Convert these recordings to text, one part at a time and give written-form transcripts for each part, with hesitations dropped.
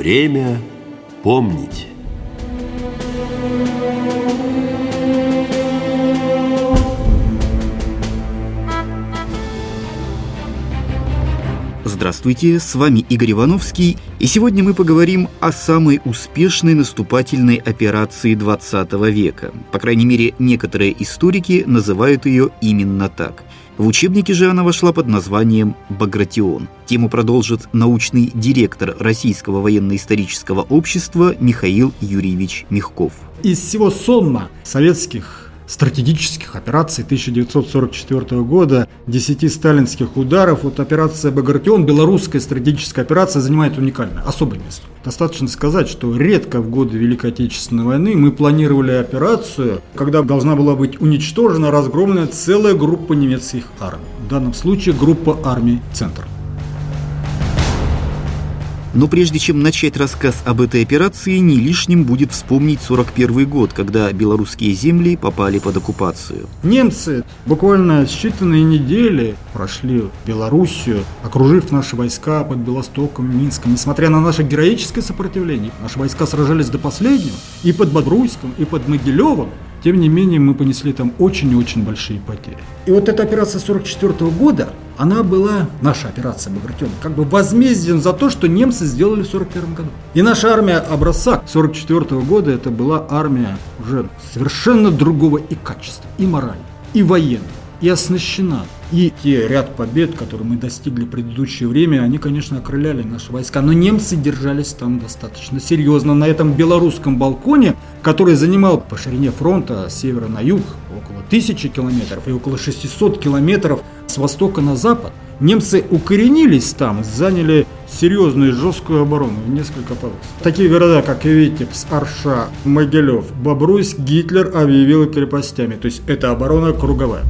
Время помнить. Здравствуйте, с вами Игорь Ивановский, и сегодня мы поговорим о самой успешной наступательной операции 20 века. По крайней мере, некоторые историки называют ее именно так. В учебнике же она вошла под названием «Багратион». Тему продолжит научный директор Российского военно-исторического общества Михаил Юрьевич Мягков. Из всего сонма советских стратегических операций 1944 года, 10 сталинских ударов, операция «Багратион», белорусская стратегическая операция, занимает уникальное, особое место. Достаточно сказать, что редко в годы Великой Отечественной войны мы планировали операцию, когда должна была быть уничтожена, разгромлена целая группа немецких армий. В данном случае группа армий «Центр». Но прежде чем начать рассказ об этой операции, не лишним будет вспомнить 1941 год, когда белорусские земли попали под оккупацию. Немцы буквально считанные недели прошли Белоруссию, окружив наши войска под Белостоком, Минском. Несмотря на наше героическое сопротивление, наши войска сражались до последнего и под Бобруйском, и под Могилевым. Тем не менее, мы понесли там очень и очень большие потери. И эта операция 1944 года, она была, наша операция «Багратион», как бы возмездием за то, что немцы сделали в 1941 году. И наша армия образца 1944 года, это была армия уже совершенно другого и качества, и морально, и военно, и оснащена. И те ряд побед, которые мы достигли в предыдущее время, они, конечно, окрыляли наши войска. Но немцы держались там достаточно серьезно. На этом белорусском балконе, который занимал по ширине фронта с севера на юг около 1000 километров и около 600 километров с востока на запад, немцы укоренились там, заняли серьезную и жесткую оборону в несколько полос. Такие города, как Витебск, Арша, Могилев, Бобруйск Гитлер объявил крепостями. То есть это оборона круговая.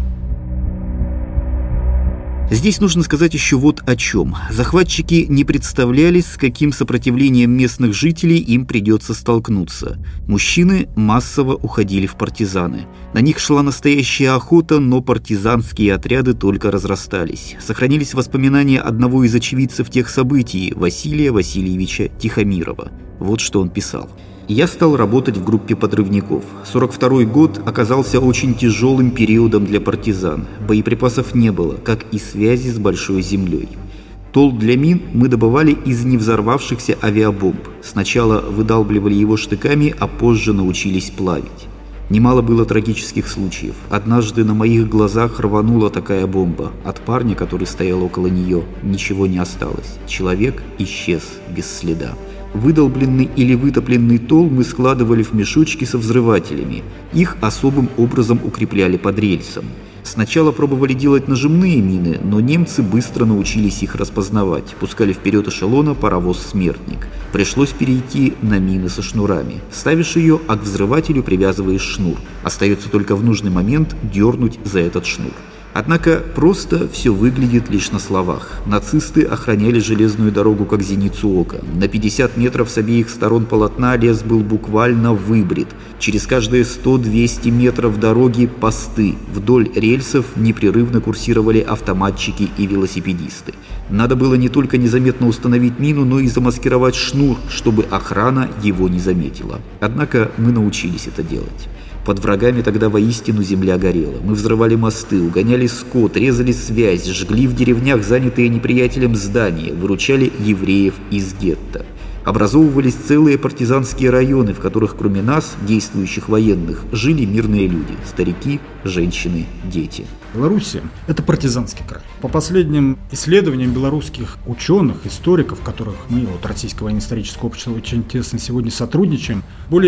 Здесь нужно сказать еще вот о чем. Захватчики не представляли, с каким сопротивлением местных жителей им придется столкнуться. Мужчины массово уходили в партизаны. На них шла настоящая охота, но партизанские отряды только разрастались. Сохранились воспоминания одного из очевидцев тех событий, Василия Васильевича Тихомирова. Вот что он писал. Я стал работать в группе подрывников. 1942 год оказался очень тяжелым периодом для партизан. Боеприпасов не было, как и связи с большой землей. Тол для мин мы добывали из невзорвавшихся авиабомб. Сначала выдалбливали его штыками, а позже научились плавить. Немало было трагических случаев. Однажды на моих глазах рванула такая бомба. От парня, который стоял около нее, ничего не осталось. Человек исчез без следа. Выдолбленный или вытопленный тол мы складывали в мешочки со взрывателями. Их особым образом укрепляли под рельсом. Сначала пробовали делать нажимные мины, но немцы быстро научились их распознавать. Пускали вперед эшелона паровоз «Смертник». Пришлось перейти на мины со шнурами. Ставишь ее, а к взрывателю привязываешь шнур. Остается только в нужный момент дернуть за этот шнур. Однако просто все выглядит лишь на словах. Нацисты охраняли железную дорогу как зеницу ока. На 50 метров с обеих сторон полотна лес был буквально выбрит. Через каждые 100-200 метров дороги посты. Вдоль рельсов непрерывно курсировали автоматчики и велосипедисты. Надо было не только незаметно установить мину, но и замаскировать шнур, чтобы охрана его не заметила. Однако мы научились это делать. Под врагами тогда воистину земля горела. Мы взрывали мосты, угоняли скот, резали связь, жгли в деревнях занятые неприятелем здания, выручали евреев из гетто. Образовывались целые партизанские районы, в которых кроме нас, действующих военных, жили мирные люди – старики, женщины, дети. Белоруссия – это партизанский край. По последним исследованиям белорусских ученых, историков, которых мы от Российского военно-исторического общества очень тесно сегодня сотрудничаем, более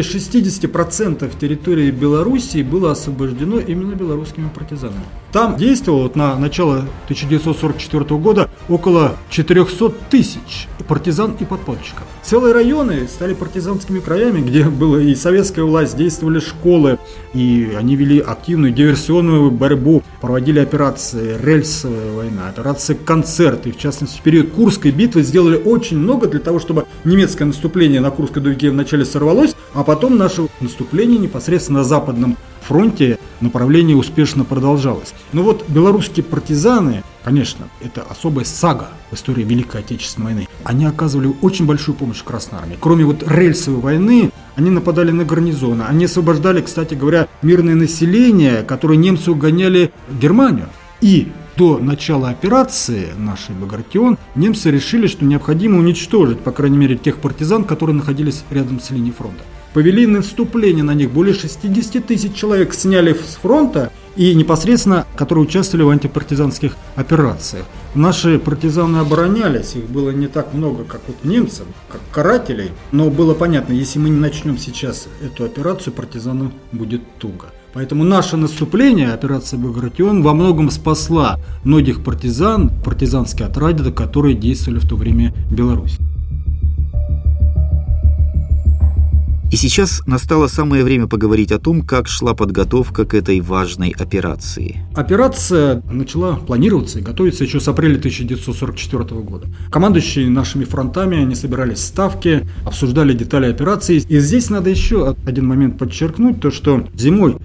60% территории Белоруссии было освобождено именно белорусскими партизанами. Там действовало на начало 1944 года около 400 тысяч партизан и подпольщиков. Целые районы стали партизанскими краями, где была и советская власть, действовали школы, и они вели активную диверсионную борьбу, проводили операции «Рельсовая война», операции «Концерт». И в частности, в период Курской битвы сделали очень много для того, чтобы немецкое наступление на Курской дуге вначале сорвалось, а потом наше наступление непосредственно на Западном фронте направление успешно продолжалось. Но вот белорусские партизаны, конечно, это особая сага в истории Великой Отечественной войны, они оказывали очень большую помощь Красной Армии. Кроме вот рельсовой войны, они нападали на гарнизоны, они освобождали, кстати говоря, мирное население, которое немцы угоняли в Германию. И до начала операции нашей «Багратион» немцы решили, что необходимо уничтожить, по крайней мере, тех партизан, которые находились рядом с линией фронта. Повели наступление на них, более 60 тысяч человек сняли с фронта и непосредственно, которые участвовали в антипартизанских операциях. Наши партизаны оборонялись, их было не так много, как вот немцев, как карателей, но было понятно, если мы не начнем сейчас эту операцию, партизанам будет туго. Поэтому наше наступление, операция «Багратион», во многом спасла многих партизан, партизанские отряды, которые действовали в то время в Беларуси. И сейчас настало самое время поговорить о том, как шла подготовка к этой важной операции. Операция начала планироваться и готовиться еще с апреля 1944 года. Командующие нашими фронтами, они собирались в Ставке, обсуждали детали операции. И здесь надо еще один момент подчеркнуть, то что зимой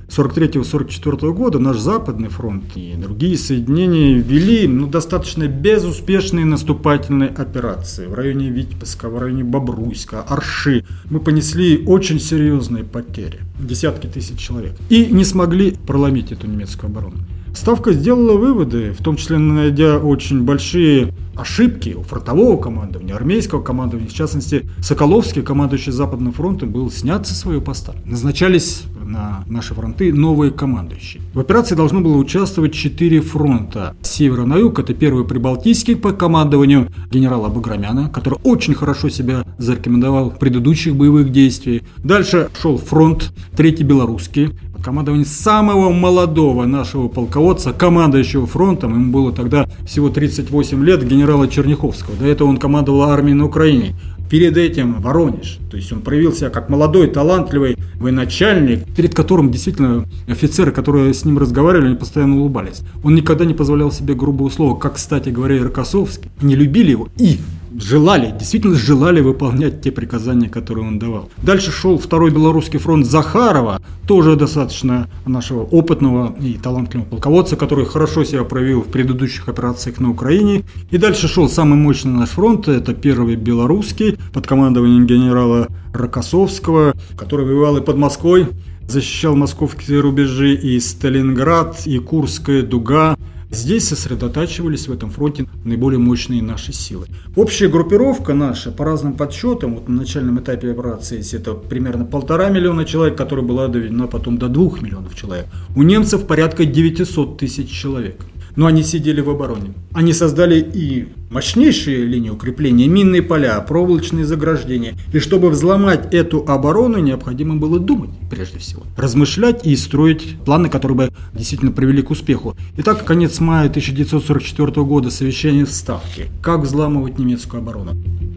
43-44 года наш Западный фронт и другие соединения вели достаточно безуспешные наступательные операции в районе Витебска, в районе Бобруйска, Орши. Мы понесли очень серьезные потери, десятки тысяч человек, и не смогли проломить эту немецкую оборону. Ставка сделала выводы, в том числе найдя очень большие ошибки у фронтового командования, армейского командования. В частности, Соколовский, командующий Западным фронтом, был снят со своего поста. Назначались на наши фронты новые командующие. В операции должно было участвовать 4 фронта. С севера на юг, это первый Прибалтийский по командованию генерала Баграмяна, который очень хорошо себя зарекомендовал в предыдущих боевых действиях. Дальше шел фронт 3-й Белорусский, под командованием самого молодого нашего полководца, командующего фронтом, ему было тогда всего 38 лет, генерала Черняховского. До этого он командовал армией на Украине. Перед этим Воронеж, то есть он проявил себя как молодой, талантливый военачальник, перед которым действительно офицеры, которые с ним разговаривали, они постоянно улыбались. Он никогда не позволял себе грубого слова, как, кстати говоря, и Рокоссовский. Не любили его и действительно желали выполнять те приказания, которые он давал. Дальше шел 2-й Белорусский фронт Захарова, тоже достаточно нашего опытного и талантливого полководца, который хорошо себя проявил в предыдущих операциях на Украине. И дальше шел самый мощный наш фронт, это 1-й Белорусский, под командованием генерала Рокоссовского, который воевал и под Москвой, защищал московские рубежи, и Сталинград, и Курская дуга. Здесь сосредотачивались в этом фронте наиболее мощные наши силы. Общая группировка наша, по разным подсчетам, вот на начальном этапе операции, это примерно 1,5 миллиона человек, которая была доведена потом до 2 миллионов человек. У немцев порядка 900 тысяч человек. Но они сидели в обороне. Они создали и мощнейшие линии укрепления, минные поля, проволочные заграждения. И чтобы взломать эту оборону, необходимо было думать, прежде всего. Размышлять и строить планы, которые бы действительно привели к успеху. Итак, конец мая 1944 года, совещание в Ставке. Как взламывать немецкую оборону?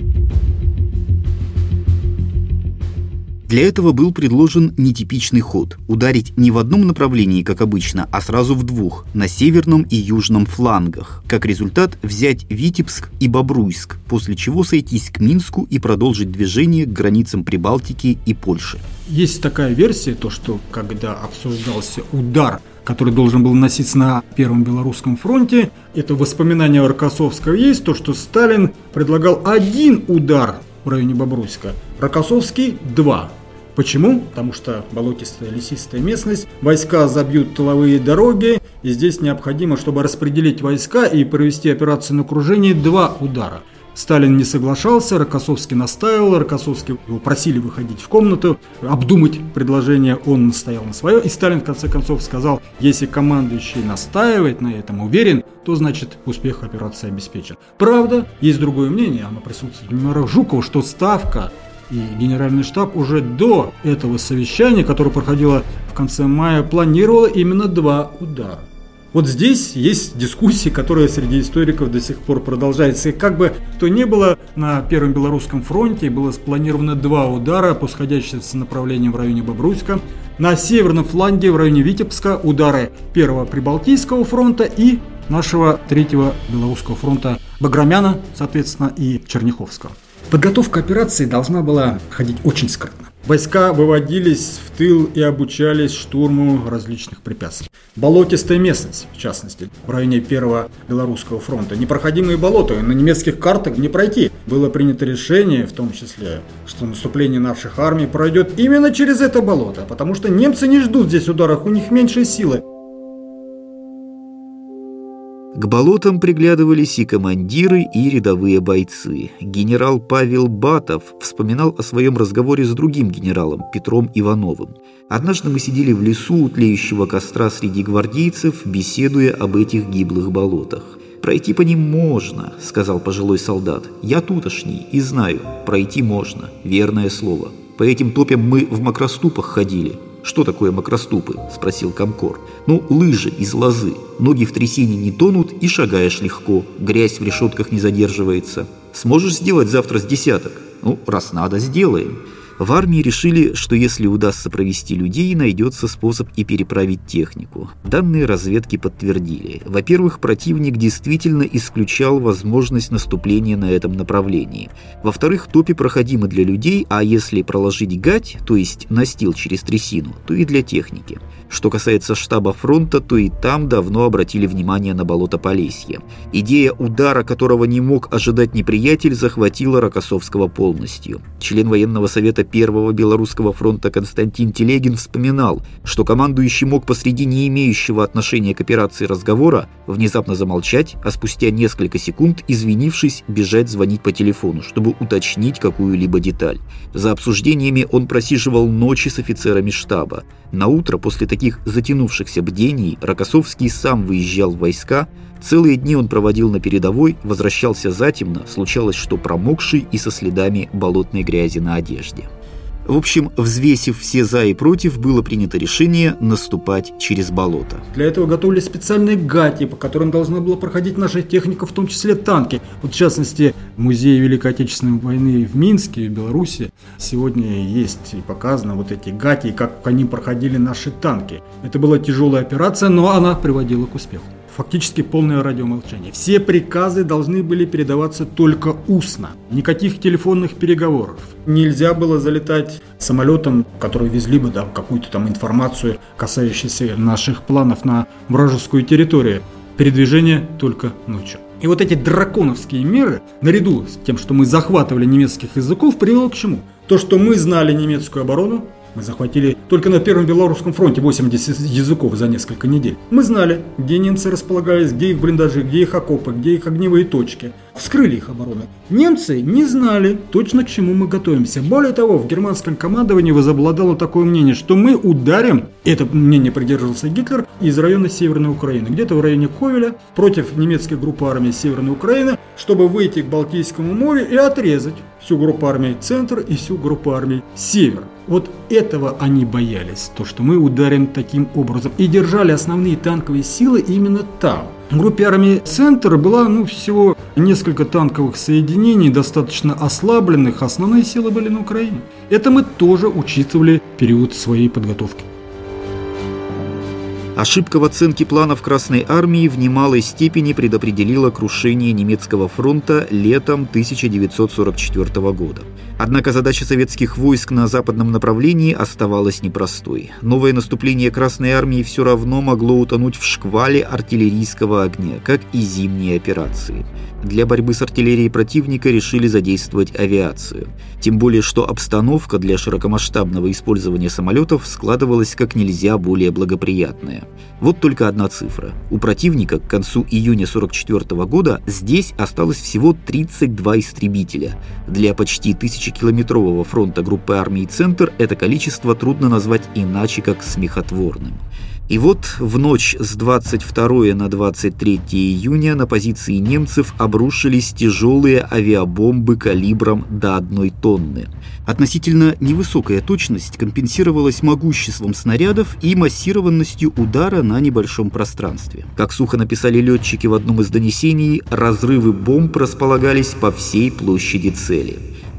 Для этого был предложен нетипичный ход – ударить не в одном направлении, как обычно, а сразу в 2 – на северном и южном флангах. Как результат, взять Витебск и Бобруйск, после чего сойтись к Минску и продолжить движение к границам Прибалтики и Польши. Есть такая версия, то что когда обсуждался удар, который должен был наноситься на Первом Белорусском фронте, это воспоминание Рокоссовского есть, то что Сталин предлагал 1 удар в районе Бобруйска, Рокоссовский 2. Почему? Потому что болотистая лесистая местность, войска забьют тыловые дороги, и здесь необходимо, чтобы распределить войска и провести операцию на окружение, 2 удара. Сталин не соглашался, Рокоссовский настаивал, Рокоссовский его просили выходить в комнату, обдумать предложение, он настоял на свое, и Сталин в конце концов сказал, если командующий настаивает на этом, уверен, то значит успех операции обеспечен. Правда, есть другое мнение, оно присутствует в мемуарах Жукова, что Ставка и Генеральный штаб уже до этого совещания, которое проходило в конце мая, планировало именно 2 удара. Вот здесь есть дискуссии, которые среди историков до сих пор продолжаются. И как бы то ни было, на Первом Белорусском фронте было спланировано 2 удара по сходящимся направлениям в районе Бобруйска. На северном фланге в районе Витебска удары 1-го Прибалтийского фронта и нашего 3-го Белорусского фронта Баграмяна, соответственно, и Черняховского. Подготовка операции должна была ходить очень скрытно. Войска выводились в тыл и обучались штурму различных препятствий. Болотистая местность, в частности, в районе 1-го Белорусского фронта. Непроходимые болота, на немецких картах не пройти. Было принято решение, в том числе, что наступление наших армий пройдет именно через это болото, потому что немцы не ждут здесь ударов, у них меньшие силы. К болотам приглядывались и командиры, и рядовые бойцы. Генерал Павел Батов вспоминал о своем разговоре с другим генералом, Петром Ивановым. «Однажды мы сидели в лесу у тлеющего костра среди гвардейцев, беседуя об этих гиблых болотах. «Пройти по ним можно», — сказал пожилой солдат. «Я тутошний и знаю, пройти можно, верное слово. По этим топям мы в макроступах ходили». «Что такое макроступы?» – спросил комкор. «Ну, лыжи из лозы. Ноги в трясине не тонут и шагаешь легко. Грязь в решетках не задерживается. Сможешь сделать завтра с десяток?» «Ну, раз надо, сделаем». В армии решили, что если удастся провести людей, найдется способ и переправить технику. Данные разведки подтвердили. Во-первых, противник действительно исключал возможность наступления на этом направлении. Во-вторых, топи проходимы для людей, а если проложить гать, то есть настил через трясину, то и для техники. Что касается штаба фронта, то и там давно обратили внимание на болото Полесье. Идея удара, которого не мог ожидать неприятель, захватила Рокоссовского полностью. Член военного совета 1-го Белорусского фронта Константин Телегин вспоминал, что командующий мог посреди не имеющего отношения к операции разговора внезапно замолчать, а спустя несколько секунд, извинившись, бежать звонить по телефону, чтобы уточнить какую-либо деталь. За обсуждениями он просиживал ночи с офицерами штаба. Наутро, после таких затянувшихся бдений, Рокоссовский сам выезжал в войска. Целые дни он проводил на передовой, возвращался затемно, случалось, что промокший и со следами болотной грязи на одежде. В общем, взвесив все «за» и «против», было принято решение наступать через болото. Для этого готовились специальные гати, по которым должна была проходить наша техника, в том числе танки. Вот, в частности, в Музее Великой Отечественной войны в Минске, в Беларуси, сегодня есть и показано вот эти гати, и как по ним проходили наши танки. Это была тяжелая операция, но она приводила к успеху. Фактически полное радиомолчание. Все приказы должны были передаваться только устно. Никаких телефонных переговоров. Нельзя было залетать самолетом, которые везли бы какую-то там информацию, касающуюся наших планов на вражескую территорию. Передвижение только ночью. И вот эти драконовские меры, наряду с тем, что мы захватывали немецких языков, привело к чему? То, что мы знали немецкую оборону. Мы захватили только на Первом Белорусском фронте 80 языков за несколько недель. Мы знали, где немцы располагались, где их блиндажи, где их окопы, где их огневые точки. Вскрыли их обороны. Немцы не знали точно, к чему мы готовимся. Более того, в германском командовании возобладало такое мнение, что мы ударим, это мнение придерживался Гитлер, из района Северной Украины, где-то в районе Ковеля, против немецкой группы армий Северной Украины, чтобы выйти к Балтийскому морю и отрезать всю группу армий Центр и всю группу армий Север. Вот этого они боялись, то, что мы ударим таким образом. И держали основные танковые силы именно там. В группе армии Центр было всего несколько танковых соединений, достаточно ослабленных, основные силы были на Украине. Это мы тоже учитывали в период своей подготовки. Ошибка в оценке планов Красной Армии в немалой степени предопределила крушение немецкого фронта летом 1944 года. Однако задача советских войск на западном направлении оставалась непростой. Новое наступление Красной Армии все равно могло утонуть в шквале артиллерийского огня, как и зимние операции. Для борьбы с артиллерией противника решили задействовать авиацию. Тем более, что обстановка для широкомасштабного использования самолетов складывалась как нельзя более благоприятная. Вот только одна цифра. У противника к концу июня 1944 года здесь осталось всего 32 истребителя. Для почти 1000-километрового фронта группы армий «Центр» это количество трудно назвать иначе, как смехотворным. И вот в ночь с 22 на 23 июня на позиции немцев обрушились тяжелые авиабомбы калибром до 1 тонны. Относительно невысокая точность компенсировалась могуществом снарядов и массированностью удара на небольшом пространстве. Как сухо написали летчики в одном из донесений, разрывы бомб располагались по всей площади цели.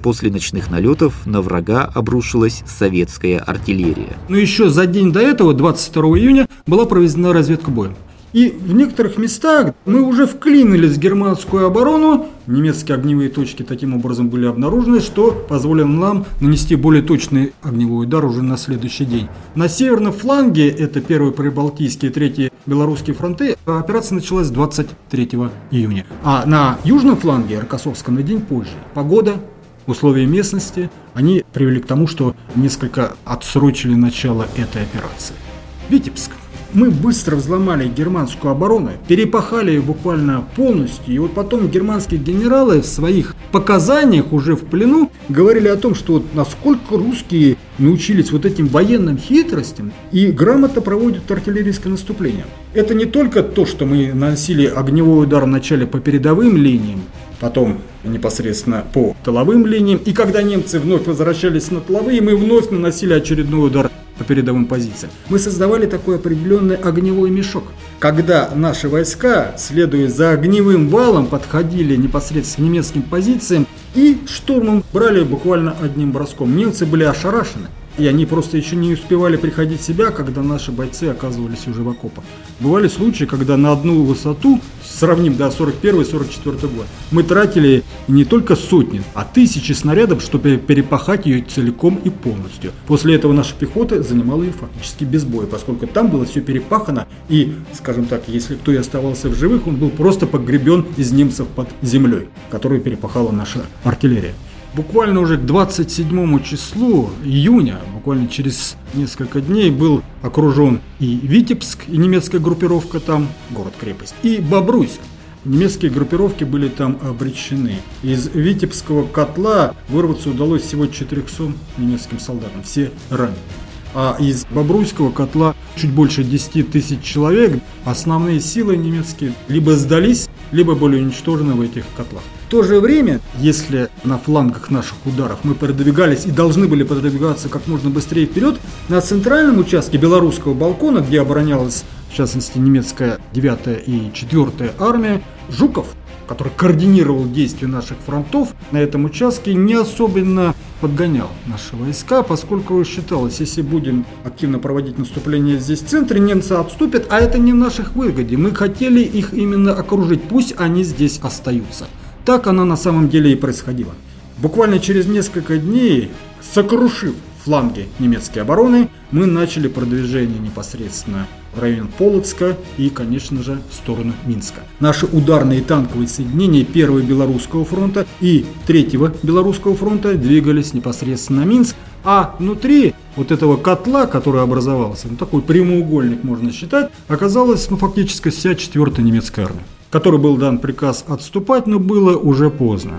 После ночных налетов на врага обрушилась советская артиллерия. Но еще за день до этого, 22 июня, была проведена разведка боем. И в некоторых местах мы уже вклинились в германскую оборону, немецкие огневые точки таким образом были обнаружены, что позволило нам нанести более точный огневой удар уже на следующий день. На северном фланге, это первый Прибалтийский и третий Белорусский фронты, операция началась 23 июня. А на южном фланге, Рокоссовском, на день позже. Погода, условия местности, они привели к тому, что несколько отсрочили начало этой операции. Витебск. Мы быстро взломали германскую оборону, перепахали ее буквально полностью. И вот потом германские генералы в своих показаниях уже в плену говорили о том, что вот насколько русские научились вот этим военным хитростям и грамотно проводят артиллерийское наступление. Это не только то, что мы наносили огневой удар вначале по передовым линиям, потом непосредственно по тыловым линиям. И когда немцы вновь возвращались на тыловые, мы вновь наносили очередной удар по передовым позициям. Мы создавали такой определенный огневой мешок. Когда наши войска, следуя за огневым валом, подходили непосредственно к немецким позициям и штурмом брали буквально одним броском. Немцы были ошарашены. И они просто еще не успевали приходить в себя, когда наши бойцы оказывались уже в окопах. Бывали случаи, когда на одну высоту, сравним, 41-44 год, мы тратили не только сотни, а тысячи снарядов, чтобы перепахать ее целиком и полностью. После этого наша пехота занимала ее фактически без боя, поскольку там было все перепахано, и, скажем так, если кто и оставался в живых, он был просто погребен из немцев под землей, которую перепахала наша артиллерия. Буквально уже к 27 числу июня, буквально через несколько дней, был окружен и Витебск, и немецкая группировка там, город-крепость, и Бобруйск. Немецкие группировки были там обречены. Из Витебского котла вырваться удалось всего 400 немецким солдатам, все ранены. А из Бобруйского котла чуть больше 10 тысяч человек. Основные силы немецкие либо сдались, либо были уничтожены в этих котлах. В то же время, если на флангах наших ударов мы продвигались и должны были продвигаться как можно быстрее вперед, на центральном участке Белорусского балкона, где оборонялась, в частности, немецкая 9-я и 4-я армия, Жуков, который координировал действия наших фронтов, на этом участке не особенно подгонял наши войска, поскольку считалось, если будем активно проводить наступление здесь в центре, немцы отступят, а это не в наших выгоде. Мы хотели их именно окружить, пусть они здесь остаются. Так оно на самом деле и происходило. Буквально через несколько дней, сокрушив фланги немецкой обороны, мы начали продвижение непосредственно в район Полоцка и, конечно же, в сторону Минска. Наши ударные танковые соединения 1-го Белорусского фронта и 3-го Белорусского фронта двигались непосредственно на Минск, а внутри вот этого котла, который образовался, такой прямоугольник можно считать, оказалась фактически вся 4-я немецкая армия, которой был дан приказ отступать, но было уже поздно.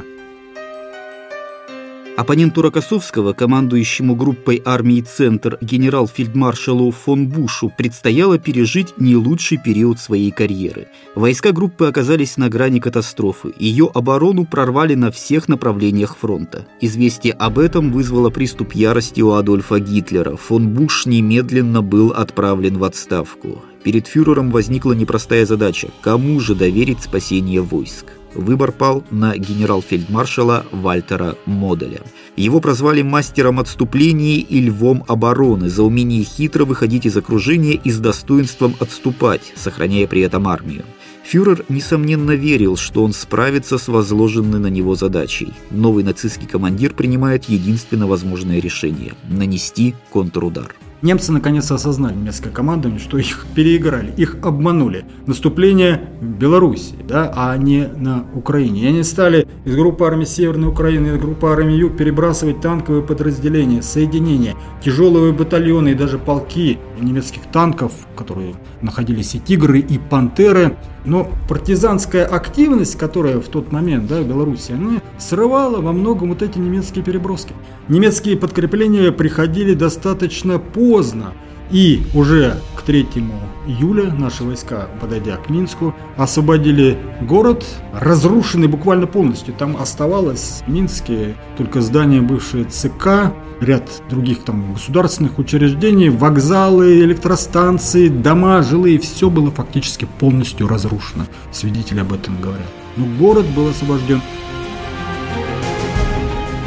Оппоненту Рокоссовского, командующему группой армии «Центр» генерал-фельдмаршалу фон Бушу, предстояло пережить не лучший период своей карьеры. Войска группы оказались на грани катастрофы. Ее оборону прорвали на всех направлениях фронта. Известие об этом вызвало приступ ярости у Адольфа Гитлера. Фон Буш немедленно был отправлен в отставку. Перед фюрером возникла непростая задача – кому же доверить спасение войск? Выбор пал на генерал-фельдмаршала Вальтера Моделя. Его прозвали мастером отступлений и львом обороны за умение хитро выходить из окружения и с достоинством отступать, сохраняя при этом армию. Фюрер, несомненно, верил, что он справится с возложенной на него задачей. Новый нацистский командир принимает единственно возможное решение – нанести контрудар. Немцы наконец осознали, немецкое командование, что их переиграли, их обманули. Наступление в Белоруссии, а не на Украине. И они стали из группы армии Северной Украины, из группы армии Юг перебрасывать танковые подразделения, соединения, тяжелые батальоны и даже полки немецких танков, которые находились и «Тигры», и «Пантеры». Но партизанская активность, которая в тот момент в Беларуси, она срывала во многом вот эти немецкие переброски. Немецкие подкрепления приходили достаточно поздно. И уже к 3 июля наши войска, подойдя к Минску, освободили город, разрушенный буквально полностью. Там оставалось в Минске только здание бывшей ЦК, ряд других государственных учреждений, вокзалы, электростанции, дома, жилые. Все было фактически полностью разрушено. Свидетели об этом говорят. Но город был освобожден.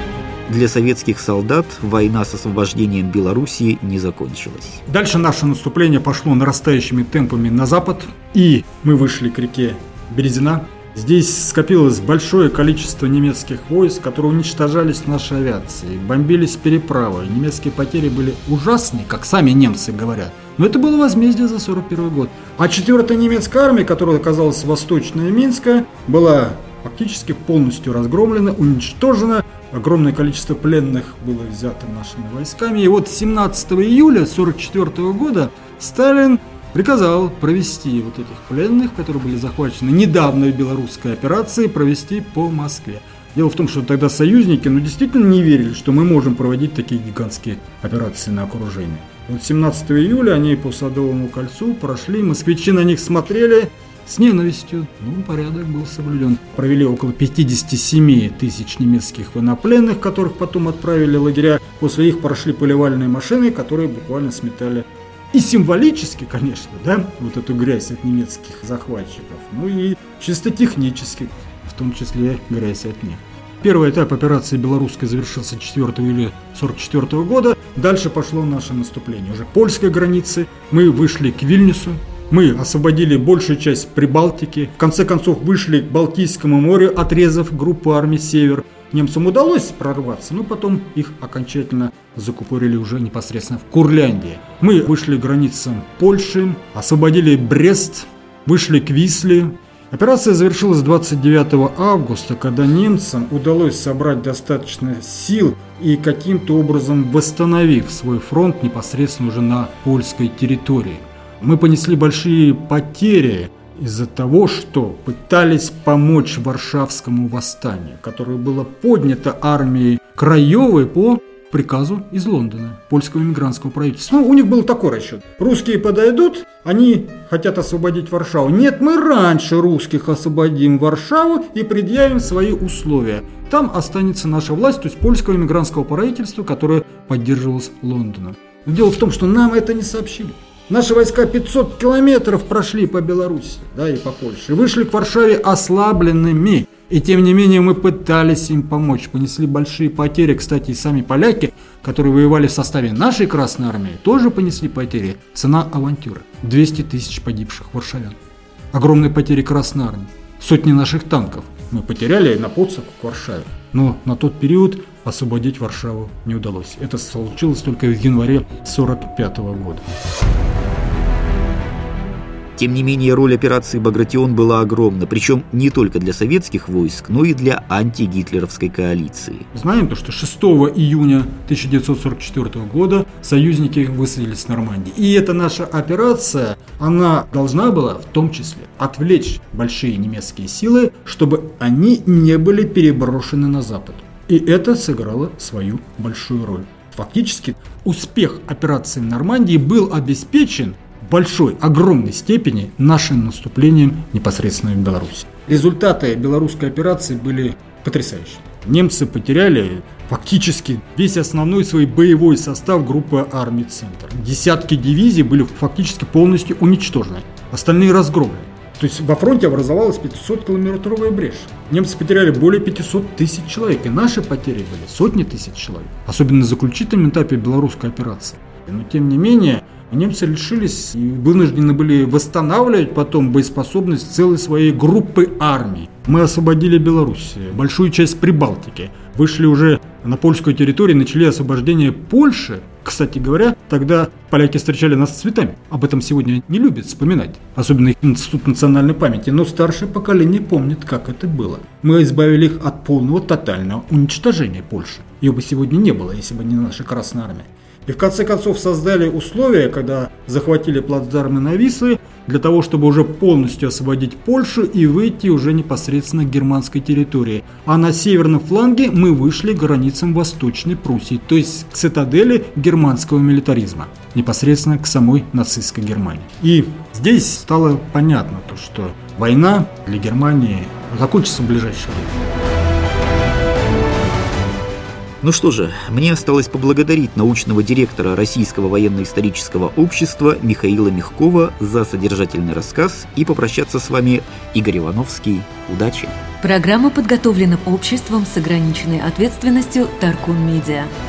для советских солдат война с освобождением Белоруссии не закончилась. Дальше наше наступление пошло нарастающими темпами на запад, и мы вышли к реке Березина. Здесь скопилось большое количество немецких войск, которые уничтожались нашей авиацией, бомбились переправы. Немецкие потери были ужасные, как сами немцы говорят. Но это было возмездие за 1941 год. А 4-я немецкая армия, которая оказалась восточная Минска, была фактически полностью разгромлена, уничтожена. Огромное количество пленных было взято нашими войсками. И вот 17 июля 1944 года Сталин приказал провести вот этих пленных, которые были захвачены недавно в белорусской операции, провести по Москве. Дело в том, что тогда союзники действительно не верили, что мы можем проводить такие гигантские операции на окружение. Вот 17 июля они по Садовому кольцу прошли, москвичи на них смотрели с ненавистью. Порядок был соблюден. Провели около 57 тысяч немецких военнопленных, которых потом отправили в лагеря. После их прошли поливальные машины, которые буквально сметали и символически, конечно, вот эту грязь от немецких захватчиков, и чисто технически, в том числе грязь от них. Первый этап операции белорусской завершился 4 июля 1944 года. Дальше пошло наше наступление. Уже польской границы. Мы вышли к Вильнюсу. Мы освободили большую часть Прибалтики. В конце концов вышли к Балтийскому морю, отрезав группу армий «Север». Немцам удалось прорваться, но потом их окончательно закупорили уже непосредственно в Курляндии. Мы вышли к границам Польши, освободили Брест, вышли к Висле. Операция завершилась 29 августа, когда немцам удалось собрать достаточно сил и каким-то образом восстановив свой фронт непосредственно уже на польской территории. Мы понесли большие потери из-за того, что пытались помочь Варшавскому восстанию, которое было поднято армией Краевой по приказу из Лондона, польского эмигрантского правительства. У них был такой расчет. Русские подойдут, они хотят освободить Варшаву. Нет, мы раньше русских освободим Варшаву и предъявим свои условия. Там останется наша власть, то есть польского эмигрантского правительства, которое поддерживалось Лондоном. Но дело в том, что нам это не сообщили. Наши войска 500 километров прошли по Беларуси, и по Польше, вышли к Варшаве ослабленными. И тем не менее мы пытались им помочь, понесли большие потери. Кстати, и сами поляки, которые воевали в составе нашей Красной Армии, тоже понесли потери. Цена авантюры. 200 тысяч погибших варшавян. Огромные потери Красной Армии. Сотни наших танков мы потеряли на подступах к Варшаве. Но на тот период освободить Варшаву не удалось. Это случилось только в январе 1945 года. Тем не менее, роль операции «Багратион» была огромна, причем не только для советских войск, но и для антигитлеровской коалиции. Знаем, что 6 июня 1944 года союзники высадились в Нормандии. И эта наша операция, она должна была в том числе отвлечь большие немецкие силы, чтобы они не были переброшены на запад. И это сыграло свою большую роль. Фактически, успех операции в Нормандии был обеспечен в большой, огромной степени нашим наступлением непосредственно в Беларусь. Результаты белорусской операции были потрясающие. Немцы потеряли фактически весь основной свой боевой состав группы армий «Центр». Десятки дивизий были фактически полностью уничтожены, остальные разгромлены. То есть во фронте образовалась 500-километровая брешь. Немцы потеряли более 500 тысяч человек, и наши потери были сотни тысяч человек, особенно на заключительном этапе белорусской операции. Но тем не менее, немцы лишились и вынуждены были восстанавливать потом боеспособность целой своей группы армий. Мы освободили Беларусь, большую часть Прибалтики, вышли уже на польскую территорию, начали освобождение Польши. Кстати говоря, тогда поляки встречали нас с цветами. Об этом сегодня не любят вспоминать, особенно Институт национальной памяти, но старшее поколение помнит, как это было. Мы избавили их от полного, тотального уничтожения Польши. Ее бы сегодня не было, если бы не наша Красная Армия. И в конце концов создали условия, когда захватили плацдармы на Висле, для того, чтобы уже полностью освободить Польшу и выйти уже непосредственно к германской территории. А на северном фланге мы вышли к границам Восточной Пруссии, то есть к цитадели германского милитаризма, непосредственно к самой нацистской Германии. И здесь стало понятно, что война для Германии закончится в ближайшее время. Ну что же, мне осталось поблагодарить научного директора Российского военно-исторического общества Михаила Мягкова за содержательный рассказ и попрощаться с вами. Игорь Ивановский. Удачи! Программа подготовлена обществом с ограниченной ответственностью Таркун Медиа.